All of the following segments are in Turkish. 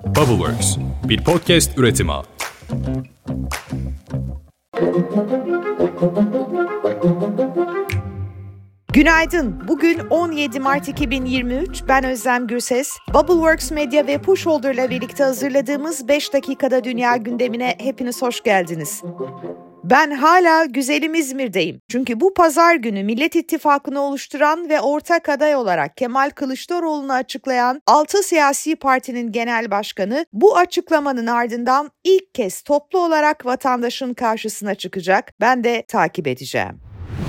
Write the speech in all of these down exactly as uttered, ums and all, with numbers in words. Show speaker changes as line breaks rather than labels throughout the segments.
Bubbleworks, bir podcast üretimi.
Günaydın. Bugün on yedi Mart iki bin yirmi üç. Ben Özlem Gürses. Bubbleworks Medya ve Pushholder'la birlikte hazırladığımız beş dakikada dünya gündemine hepiniz hoş geldiniz. Ben hala güzelim İzmir'deyim. Çünkü bu pazar günü Millet İttifakı'nı oluşturan ve ortak aday olarak Kemal Kılıçdaroğlu'nu açıklayan altı siyasi partinin genel başkanı bu açıklamanın ardından ilk kez toplu olarak vatandaşın karşısına çıkacak. Ben de takip edeceğim.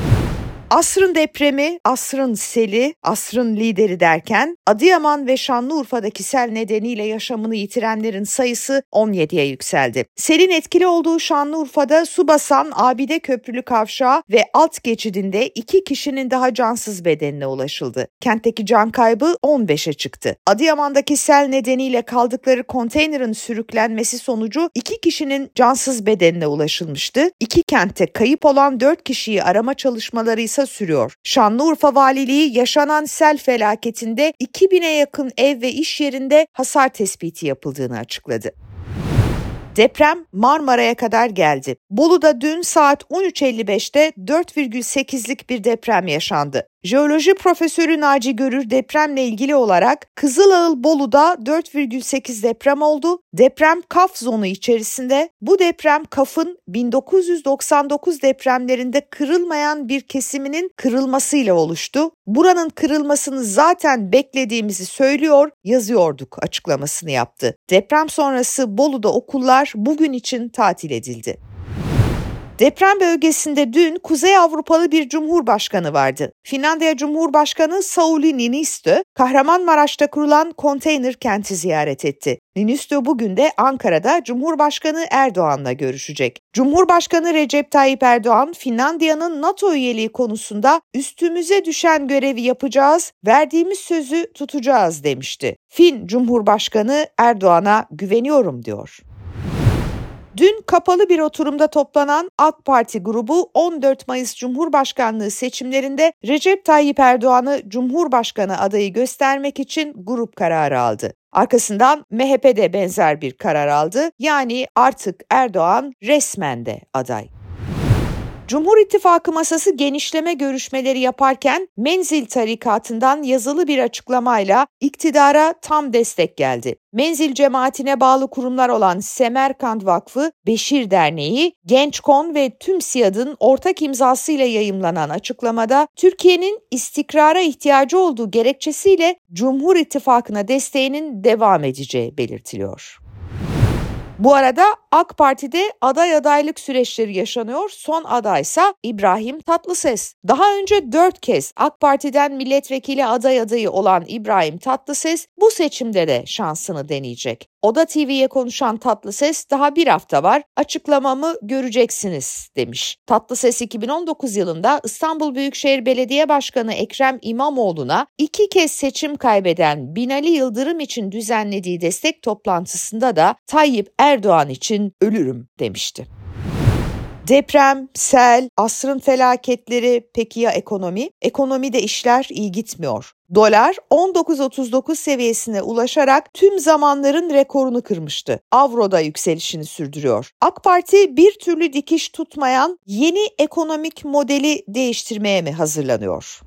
Asrın depremi, asrın seli, asrın lideri derken Adıyaman ve Şanlıurfa'daki sel nedeniyle yaşamını yitirenlerin sayısı on yediye yükseldi. Selin etkili olduğu Şanlıurfa'da su basan Abide Köprülü Kavşağı ve alt geçidinde iki kişinin daha cansız bedenine ulaşıldı. Kentteki can kaybı on beşe çıktı. Adıyaman'daki sel nedeniyle kaldıkları konteynerin sürüklenmesi sonucu iki kişinin cansız bedenine ulaşılmıştı. İki kentte kayıp olan dört kişiyi arama çalışmaları ise sürüyor. Şanlıurfa Valiliği yaşanan sel felaketinde iki bine yakın ev ve iş yerinde hasar tespiti yapıldığını açıkladı. Deprem Marmara'ya kadar geldi. Bolu'da dün saat on üç elli beşte dört virgül sekizlik bir deprem yaşandı. Jeoloji profesörü Naci Görür depremle ilgili olarak Kızılağıl Bolu'da dört virgül sekiz deprem oldu. Deprem Kaf zonu içerisinde. Bu deprem Kaf'ın bin dokuz yüz doksan dokuz depremlerinde kırılmayan bir kesiminin kırılmasıyla oluştu. Buranın kırılmasını zaten beklediğimizi söylüyor, yazıyorduk açıklamasını yaptı. Deprem sonrası Bolu'da okullar bugün için tatil edildi. Deprem bölgesinde dün Kuzey Avrupalı bir cumhurbaşkanı vardı. Finlandiya Cumhurbaşkanı Sauli Niinistö, Kahramanmaraş'ta kurulan konteyner kenti ziyaret etti. Niinistö bugün de Ankara'da Cumhurbaşkanı Erdoğan'la görüşecek. Cumhurbaşkanı Recep Tayyip Erdoğan, Finlandiya'nın NATO üyeliği konusunda üstümüze düşen görevi yapacağız, verdiğimiz sözü tutacağız demişti. Fin Cumhurbaşkanı Erdoğan'a güveniyorum diyor. Dün kapalı bir oturumda toplanan AK Parti grubu on dört Mayıs Cumhurbaşkanlığı seçimlerinde Recep Tayyip Erdoğan'ı Cumhurbaşkanı adayı göstermek için grup kararı aldı. Arkasından M H P de benzer bir karar aldı. Yani artık Erdoğan resmen de aday. Cumhur İttifakı masası genişleme görüşmeleri yaparken Menzil tarikatından yazılı bir açıklamayla iktidara tam destek geldi. Menzil cemaatine bağlı kurumlar olan Semerkant Vakfı, Beşir Derneği, Gençkon ve TÜMSİAD'ın ortak imzasıyla yayımlanan açıklamada Türkiye'nin istikrara ihtiyacı olduğu gerekçesiyle Cumhur İttifakı'na desteğinin devam edeceği belirtiliyor. Bu arada AK Parti'de aday adaylık süreçleri yaşanıyor. Son adaysa İbrahim Tatlıses. Daha önce dört kez AK Parti'den milletvekili aday adayı olan İbrahim Tatlıses bu seçimde de şansını deneyecek. Oda T V'ye konuşan Tatlıses daha bir hafta var, açıklamamı göreceksiniz demiş. Tatlıses iki bin on dokuz yılında İstanbul Büyükşehir Belediye Başkanı Ekrem İmamoğlu'na iki kez seçim kaybeden Binali Yıldırım için düzenlediği destek toplantısında da Tayyip Erdoğan için ölürüm demişti. Deprem, sel, asrın felaketleri, peki ya ekonomi? Ekonomide işler iyi gitmiyor. Dolar on dokuz otuz dokuz seviyesine ulaşarak tüm zamanların rekorunu kırmıştı. Avro da yükselişini sürdürüyor. AK Parti bir türlü dikiş tutmayan yeni ekonomik modeli değiştirmeye mi hazırlanıyor?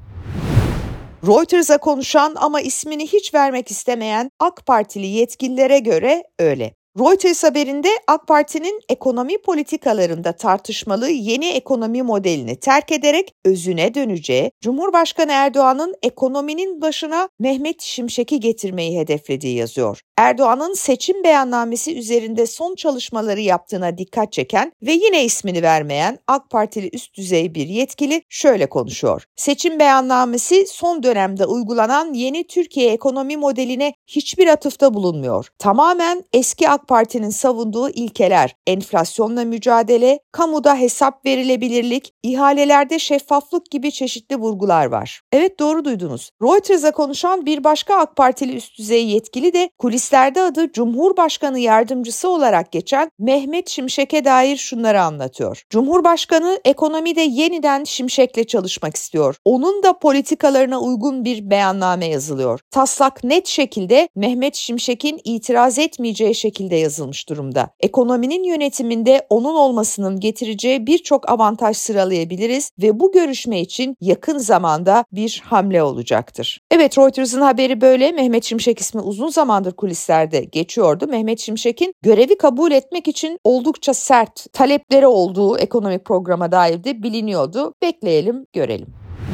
Reuters'a konuşan ama ismini hiç vermek istemeyen AK Partili yetkililere göre öyle. Reuters haberinde AK Parti'nin ekonomi politikalarında tartışmalı yeni ekonomi modelini terk ederek özüne döneceği, Cumhurbaşkanı Erdoğan'ın ekonominin başına Mehmet Şimşek'i getirmeyi hedeflediği yazıyor. Erdoğan'ın seçim beyannamesi üzerinde son çalışmaları yaptığına dikkat çeken ve yine ismini vermeyen AK Partili üst düzey bir yetkili şöyle konuşuyor. Seçim beyannamesi son dönemde uygulanan yeni Türkiye ekonomi modeline hiçbir atıfta bulunmuyor. Tamamen eski AK Parti'nin savunduğu ilkeler, enflasyonla mücadele, kamuda hesap verilebilirlik, ihalelerde şeffaflık gibi çeşitli vurgular var. Evet, doğru duydunuz. Reuters'a konuşan bir başka AK Partili üst düzey yetkili de kulislerde adı Cumhurbaşkanı Yardımcısı olarak geçen Mehmet Şimşek'e dair şunları anlatıyor. Cumhurbaşkanı ekonomide yeniden Şimşek'le çalışmak istiyor. Onun da politikalarına uygun bir beyanname yazılıyor. Taslak net şekilde Mehmet Şimşek'in itiraz etmeyeceği şekilde yazılmış durumda. Ekonominin yönetiminde onun olmasının getireceği birçok avantaj sıralayabiliriz ve bu görüşme için yakın zamanda bir hamle olacaktır. Evet, Reuters'ın haberi böyle. Mehmet Şimşek ismi uzun zamandır kulislerde geçiyordu. Mehmet Şimşek'in görevi kabul etmek için oldukça sert talepleri olduğu ekonomik programa dair de biliniyordu. Bekleyelim, görelim.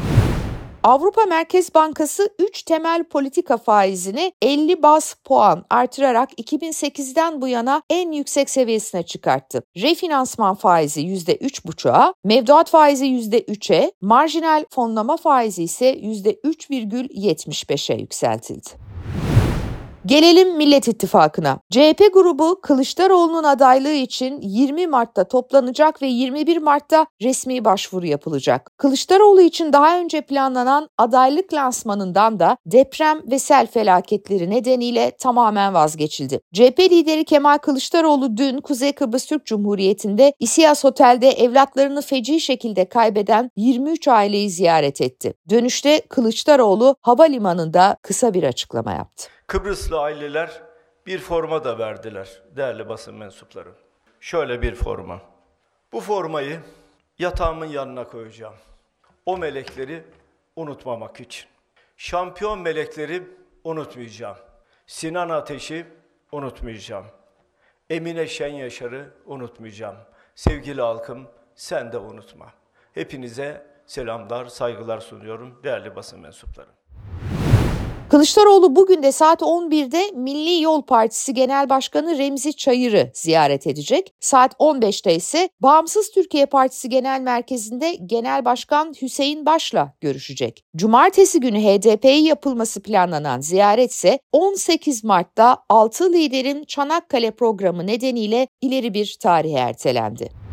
Avrupa Merkez Bankası üç temel politika faizini elli baz puan artırarak iki bin sekizden bu yana en yüksek seviyesine çıkarttı. Refinansman faizi yüzde üç buçuğa, mevduat faizi yüzde üçe, marjinal fonlama faizi ise yüzde üç virgül yetmiş beşe yükseltildi. Gelelim Millet İttifakı'na. C H P grubu Kılıçdaroğlu'nun adaylığı için yirmi Mart'ta toplanacak ve yirmi bir Mart'ta resmi başvuru yapılacak. Kılıçdaroğlu için daha önce planlanan adaylık lansmanından da deprem ve sel felaketleri nedeniyle tamamen vazgeçildi. C H P lideri Kemal Kılıçdaroğlu dün Kuzey Kıbrıs Türk Cumhuriyeti'nde İSİAS Otel'de evlatlarını feci şekilde kaybeden yirmi üç aileyi ziyaret etti. Dönüşte Kılıçdaroğlu havalimanında kısa bir açıklama yaptı.
Kıbrıslı aileler bir forma da verdiler değerli basın mensupları. Şöyle bir forma. Bu formayı yatağımın yanına koyacağım. O melekleri unutmamak için. Şampiyon melekleri unutmayacağım. Sinan Ateş'i unutmayacağım. Emine Şenyaşar'ı unutmayacağım. Sevgili halkım, sen de unutma. Hepinize selamlar, saygılar sunuyorum değerli basın mensupları.
Kılıçdaroğlu bugün de saat on birde Milli Yol Partisi Genel Başkanı Remzi Çayır'ı ziyaret edecek. Saat on beşte ise Bağımsız Türkiye Partisi Genel Merkezi'nde Genel Başkan Hüseyin Baş'la görüşecek. Cumartesi günü H D P'ye yapılması planlanan ziyaret ise on sekiz Mart'ta altı liderin Çanakkale programı nedeniyle ileri bir tarihe ertelendi.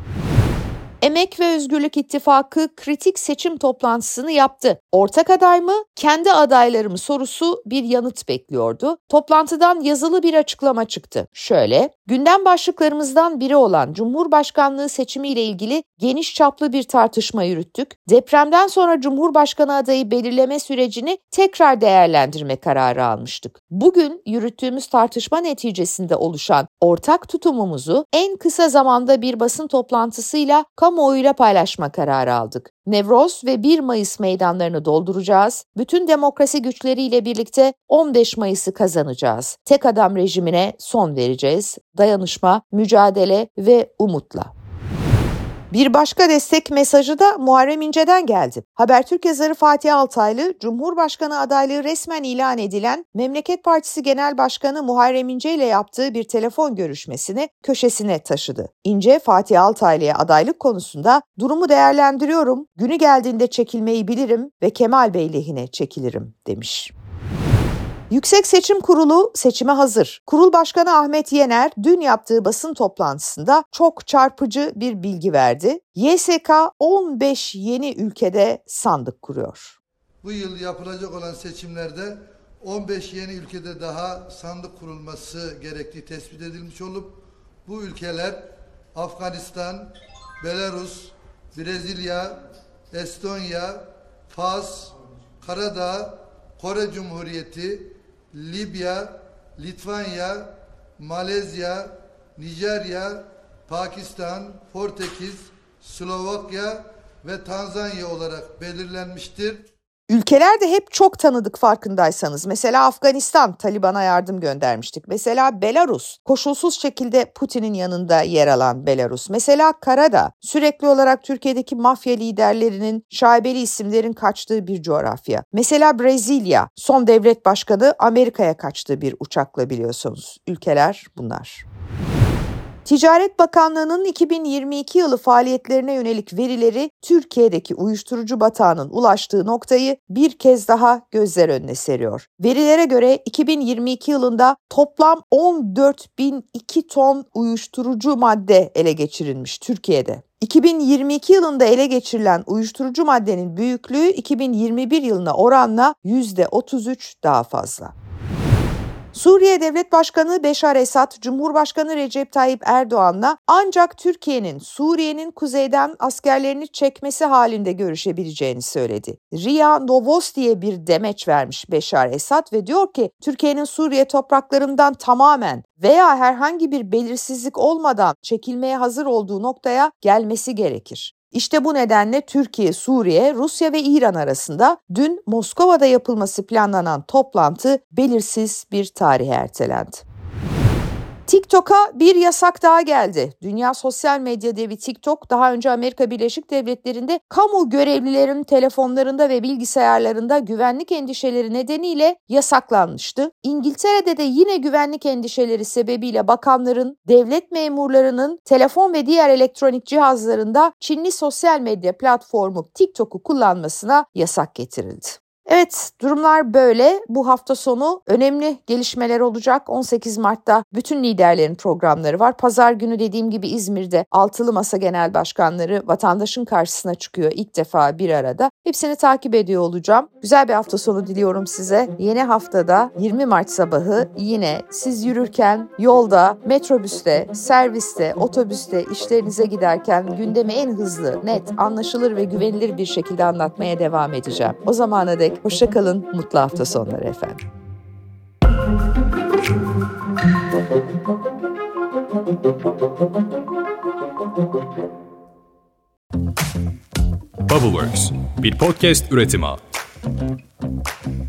Emek ve Özgürlük İttifakı kritik seçim toplantısını yaptı. Ortak aday mı, kendi adayları mı sorusu bir yanıt bekliyordu. Toplantıdan yazılı bir açıklama çıktı. Şöyle, gündem başlıklarımızdan biri olan Cumhurbaşkanlığı seçimiyle ilgili geniş çaplı bir tartışma yürüttük. Depremden sonra Cumhurbaşkanı adayı belirleme sürecini tekrar değerlendirme kararı almıştık. Bugün yürüttüğümüz tartışma neticesinde oluşan ortak tutumumuzu en kısa zamanda bir basın toplantısıyla kamuoyuyla paylaşma kararı aldık. Nevroz ve bir Mayıs meydanlarını dolduracağız. Bütün demokrasi güçleriyle birlikte on beş Mayıs'ı kazanacağız. Tek adam rejimine son vereceğiz. Dayanışma, mücadele ve umutla. Bir başka destek mesajı da Muharrem İnce'den geldi. Habertürk yazarı Fatih Altaylı, Cumhurbaşkanı adaylığı resmen ilan edilen Memleket Partisi Genel Başkanı Muharrem İnce ile yaptığı bir telefon görüşmesini köşesine taşıdı. İnce, Fatih Altaylı'ya adaylık konusunda durumu değerlendiriyorum, günü geldiğinde çekilmeyi bilirim ve Kemal Bey lehine çekilirim demiş. Yüksek Seçim Kurulu seçime hazır. Kurul Başkanı Ahmet Yener dün yaptığı basın toplantısında çok çarpıcı bir bilgi verdi. Y S K on beş yeni ülkede sandık kuruyor.
Bu yıl yapılacak olan seçimlerde on beş yeni ülkede daha sandık kurulması gerektiği tespit edilmiş olup bu ülkeler Afganistan, Belarus, Brezilya, Estonya, Fas, Karadağ, Kore Cumhuriyeti, Libya, Litvanya, Malezya, Nijerya, Pakistan, Portekiz, Slovakya ve Tanzanya olarak belirlenmiştir.
Ülkeler de hep çok tanıdık farkındaysanız. Mesela Afganistan, Taliban'a yardım göndermiştik. Mesela Belarus, koşulsuz şekilde Putin'in yanında yer alan Belarus. Mesela Karadağ, sürekli olarak Türkiye'deki mafya liderlerinin, şaibeli isimlerin kaçtığı bir coğrafya. Mesela Brezilya, son devlet başkanı Amerika'ya kaçtığı bir uçakla biliyorsunuz. Ülkeler bunlar. Ticaret Bakanlığı'nın iki bin yirmi iki yılı faaliyetlerine yönelik verileri Türkiye'deki uyuşturucu batağının ulaştığı noktayı bir kez daha gözler önüne seriyor. Verilere göre iki bin yirmi iki yılında toplam on dört bin iki ton uyuşturucu madde ele geçirilmiş Türkiye'de. iki bin yirmi iki yılında ele geçirilen uyuşturucu maddenin büyüklüğü iki bin yirmi bir yılına oranla yüzde otuz üç daha fazla. Suriye Devlet Başkanı Beşar Esad, Cumhurbaşkanı Recep Tayyip Erdoğan'la ancak Türkiye'nin Suriye'nin kuzeyden askerlerini çekmesi halinde görüşebileceğini söyledi. Ria Novosti'ye bir demeç vermiş Beşar Esad ve diyor ki Türkiye'nin Suriye topraklarından tamamen veya herhangi bir belirsizlik olmadan çekilmeye hazır olduğu noktaya gelmesi gerekir. İşte bu nedenle Türkiye, Suriye, Rusya ve İran arasında dün Moskova'da yapılması planlanan toplantı belirsiz bir tarihe ertelendi. TikTok'a bir yasak daha geldi. Dünya sosyal medya devi TikTok daha önce Amerika Birleşik Devletleri'nde kamu görevlilerinin telefonlarında ve bilgisayarlarında güvenlik endişeleri nedeniyle yasaklanmıştı. İngiltere'de de yine güvenlik endişeleri sebebiyle bakanların, devlet memurlarının telefon ve diğer elektronik cihazlarında Çinli sosyal medya platformu TikTok'u kullanmasına yasak getirildi. Evet, durumlar böyle. Bu hafta sonu önemli gelişmeler olacak. on sekiz Mart'ta bütün liderlerin programları var. Pazar günü dediğim gibi İzmir'de Altılı Masa Genel Başkanları vatandaşın karşısına çıkıyor ilk defa bir arada. Hepsini takip ediyor olacağım. Güzel bir hafta sonu diliyorum size. Yeni haftada yirmi Mart sabahı yine siz yürürken, yolda, metrobüste, serviste, otobüste, işlerinize giderken gündemi en hızlı, net, anlaşılır ve güvenilir bir şekilde anlatmaya devam edeceğim. O zamana dek hoşça kalın, mutlu hafta sonları efendim.
Bubbleworks, bir podcast üretimi.